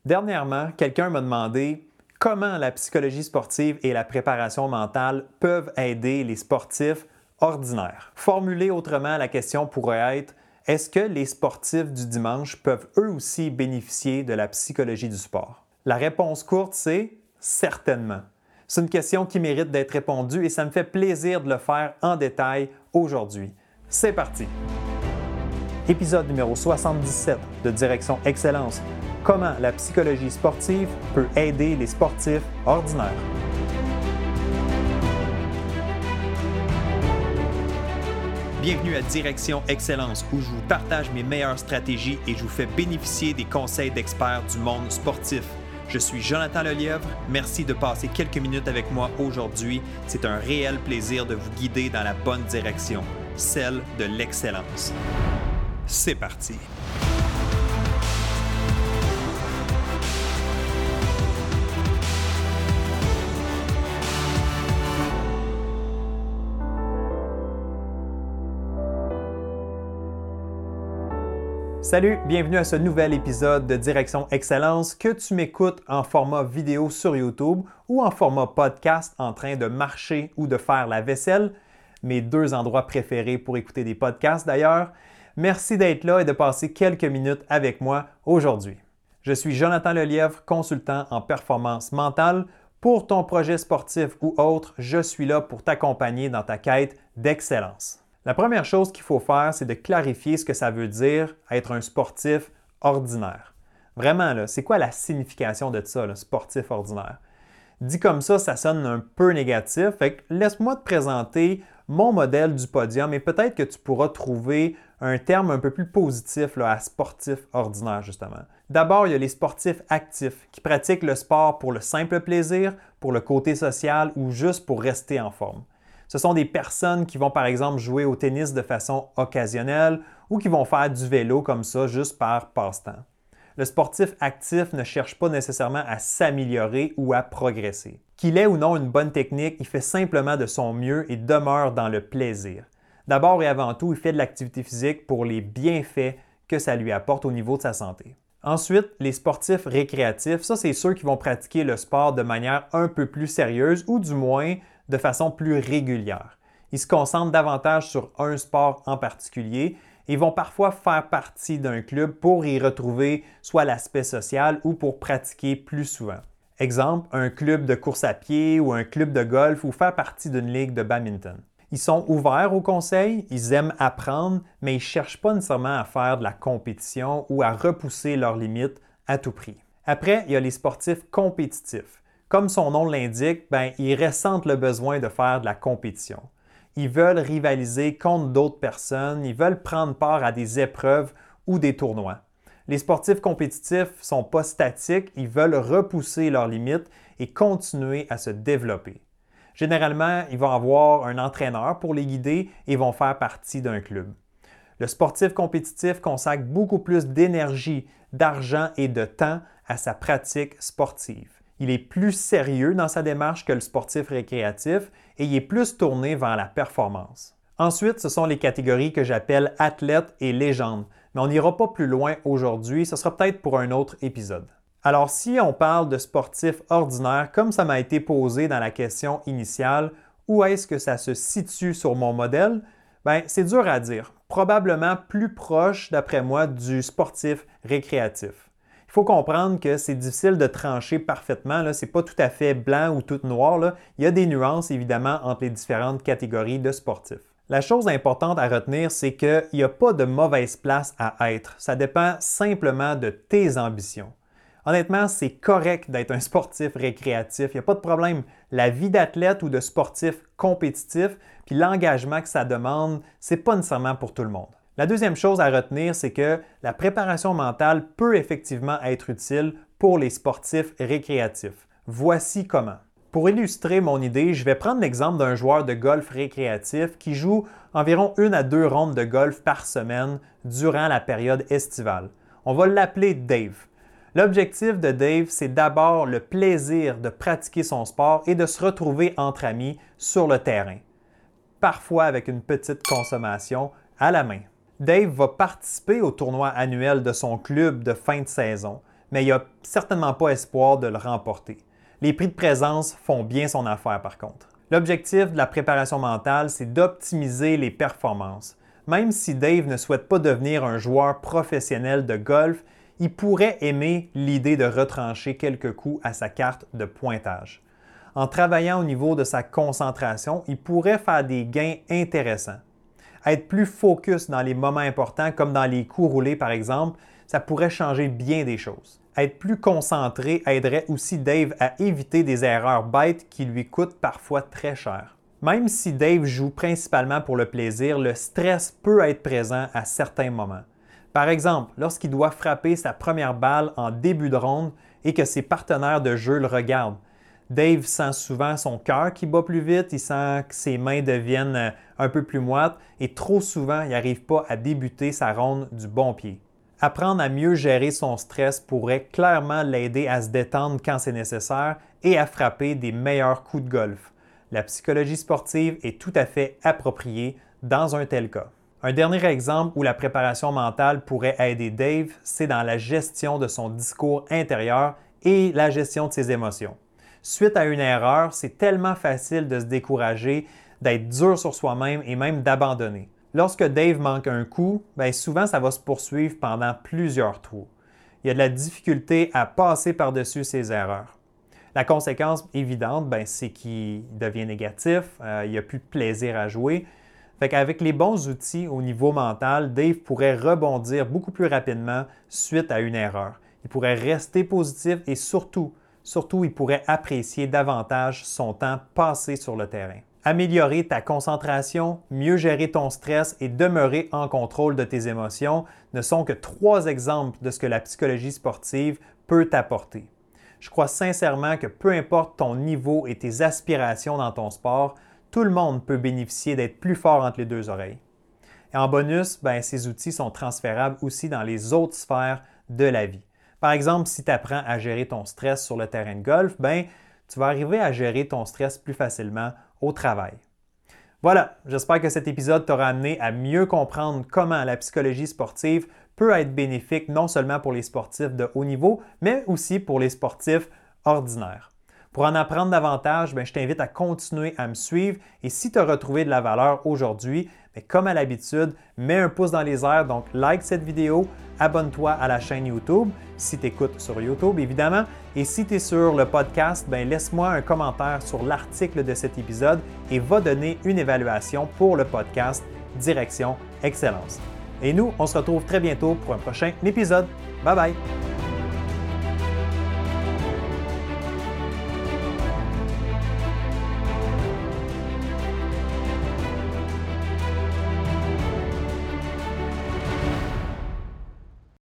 Dernièrement, quelqu'un m'a demandé comment la psychologie sportive et la préparation mentale peuvent aider les sportifs ordinaires. Formulée autrement, la question pourrait être: est-ce que les sportifs du dimanche peuvent eux aussi bénéficier de la psychologie du sport? La réponse courte, c'est certainement. C'est une question qui mérite d'être répondue et ça me fait plaisir de le faire en détail aujourd'hui. C'est parti! Épisode numéro 77 de Direction Excellence. Comment la psychologie sportive peut aider les sportifs ordinaires. Bienvenue à Direction Excellence où je vous partage mes meilleures stratégies et je vous fais bénéficier des conseils d'experts du monde sportif. Je suis Jonathan Lelièvre. Merci de passer quelques minutes avec moi aujourd'hui. C'est un réel plaisir de vous guider dans la bonne direction, celle de l'excellence. C'est parti! Salut, bienvenue à ce nouvel épisode de Direction Excellence, que tu m'écoutes en format vidéo sur YouTube ou en format podcast en train de marcher ou de faire la vaisselle, mes deux endroits préférés pour écouter des podcasts d'ailleurs. Merci d'être là et de passer quelques minutes avec moi aujourd'hui. Je suis Jonathan Lelièvre, consultant en performance mentale. Pour ton projet sportif ou autre, je suis là pour t'accompagner dans ta quête d'excellence. La première chose qu'il faut faire, c'est de clarifier ce que ça veut dire être un sportif ordinaire. Vraiment, là, c'est quoi la signification de ça, le sportif ordinaire? Dit comme ça sonne un peu négatif. Fait que laisse-moi te présenter mon modèle du podium et peut-être que tu pourras trouver un terme un peu plus positif là, à sportif ordinaire, justement. D'abord, il y a les sportifs actifs qui pratiquent le sport pour le simple plaisir, pour le côté social ou juste pour rester en forme. Ce sont des personnes qui vont par exemple jouer au tennis de façon occasionnelle ou qui vont faire du vélo comme ça juste par passe-temps. Le sportif actif ne cherche pas nécessairement à s'améliorer ou à progresser. Qu'il ait ou non une bonne technique, il fait simplement de son mieux et demeure dans le plaisir. D'abord et avant tout, il fait de l'activité physique pour les bienfaits que ça lui apporte au niveau de sa santé. Ensuite, les sportifs récréatifs, ça c'est ceux qui vont pratiquer le sport de manière un peu plus sérieuse ou du moins de façon plus régulière. Ils se concentrent davantage sur un sport en particulier et vont parfois faire partie d'un club pour y retrouver soit l'aspect social ou pour pratiquer plus souvent. Exemple, un club de course à pied ou un club de golf ou faire partie d'une ligue de badminton. Ils sont ouverts aux conseils, ils aiment apprendre, mais ils ne cherchent pas nécessairement à faire de la compétition ou à repousser leurs limites à tout prix. Après, il y a les sportifs compétitifs. Comme son nom l'indique, ils ressentent le besoin de faire de la compétition. Ils veulent rivaliser contre d'autres personnes, ils veulent prendre part à des épreuves ou des tournois. Les sportifs compétitifs ne sont pas statiques, ils veulent repousser leurs limites et continuer à se développer. Généralement, ils vont avoir un entraîneur pour les guider et vont faire partie d'un club. Le sportif compétitif consacre beaucoup plus d'énergie, d'argent et de temps à sa pratique sportive. Il est plus sérieux dans sa démarche que le sportif récréatif et il est plus tourné vers la performance. Ensuite, ce sont les catégories que j'appelle athlètes et légendes, mais on n'ira pas plus loin aujourd'hui, ce sera peut-être pour un autre épisode. Alors, si on parle de sportifs ordinaires, comme ça m'a été posé dans la question initiale, où est-ce que ça se situe sur mon modèle? C'est dur à dire. Probablement plus proche, d'après moi, du sportif récréatif. Il faut comprendre que c'est difficile de trancher parfaitement. Ce n'est pas tout à fait blanc ou tout noir. Là. Il y a des nuances, évidemment, entre les différentes catégories de sportifs. La chose importante à retenir, c'est qu'il n'y a pas de mauvaise place à être. Ça dépend simplement de tes ambitions. Honnêtement, c'est correct d'être un sportif récréatif. Il n'y a pas de problème. La vie d'athlète ou de sportif compétitif, puis l'engagement que ça demande, ce n'est pas nécessairement pour tout le monde. La deuxième chose à retenir, c'est que la préparation mentale peut effectivement être utile pour les sportifs récréatifs. Voici comment. Pour illustrer mon idée, je vais prendre l'exemple d'un joueur de golf récréatif qui joue environ 1 à 2 rondes de golf par semaine durant la période estivale. On va l'appeler Dave. L'objectif de Dave, c'est d'abord le plaisir de pratiquer son sport et de se retrouver entre amis sur le terrain, parfois avec une petite consommation à la main. Dave va participer au tournoi annuel de son club de fin de saison, mais il n'y a certainement pas espoir de le remporter. Les prix de présence font bien son affaire par contre. L'objectif de la préparation mentale, c'est d'optimiser les performances. Même si Dave ne souhaite pas devenir un joueur professionnel de golf, il pourrait aimer l'idée de retrancher quelques coups à sa carte de pointage. En travaillant au niveau de sa concentration, il pourrait faire des gains intéressants. Être plus focus dans les moments importants, comme dans les coups roulés par exemple, ça pourrait changer bien des choses. Être plus concentré aiderait aussi Dave à éviter des erreurs bêtes qui lui coûtent parfois très cher. Même si Dave joue principalement pour le plaisir, le stress peut être présent à certains moments. Par exemple, lorsqu'il doit frapper sa première balle en début de ronde et que ses partenaires de jeu le regardent. Dave sent souvent son cœur qui bat plus vite, il sent que ses mains deviennent un peu plus moites et trop souvent, il n'arrive pas à débuter sa ronde du bon pied. Apprendre à mieux gérer son stress pourrait clairement l'aider à se détendre quand c'est nécessaire et à frapper des meilleurs coups de golf. La psychologie sportive est tout à fait appropriée dans un tel cas. Un dernier exemple où la préparation mentale pourrait aider Dave, c'est dans la gestion de son discours intérieur et la gestion de ses émotions. Suite à une erreur, c'est tellement facile de se décourager, d'être dur sur soi-même et même d'abandonner. Lorsque Dave manque un coup, souvent ça va se poursuivre pendant plusieurs tours. Il y a de la difficulté à passer par-dessus ses erreurs. La conséquence évidente, c'est qu'il devient négatif, il n'y a plus de plaisir à jouer. Fait qu'avec les bons outils au niveau mental, Dave pourrait rebondir beaucoup plus rapidement suite à une erreur. Il pourrait rester positif et surtout, il pourrait apprécier davantage son temps passé sur le terrain. Améliorer ta concentration, mieux gérer ton stress et demeurer en contrôle de tes émotions ne sont que 3 exemples de ce que la psychologie sportive peut t'apporter. Je crois sincèrement que peu importe ton niveau et tes aspirations dans ton sport, tout le monde peut bénéficier d'être plus fort entre les 2 oreilles. Et en bonus, ces outils sont transférables aussi dans les autres sphères de la vie. Par exemple, si tu apprends à gérer ton stress sur le terrain de golf, tu vas arriver à gérer ton stress plus facilement au travail. Voilà, j'espère que cet épisode t'aura amené à mieux comprendre comment la psychologie sportive peut être bénéfique non seulement pour les sportifs de haut niveau, mais aussi pour les sportifs ordinaires. Pour en apprendre davantage, je t'invite à continuer à me suivre et si tu as retrouvé de la valeur aujourd'hui, comme à l'habitude, mets un pouce dans les airs, donc like cette vidéo, abonne-toi à la chaîne YouTube, si tu écoutes sur YouTube évidemment, et si tu es sur le podcast, laisse-moi un commentaire sur l'article de cet épisode et va donner une évaluation pour le podcast Direction Excellence. Et nous, on se retrouve très bientôt pour un prochain épisode. Bye bye!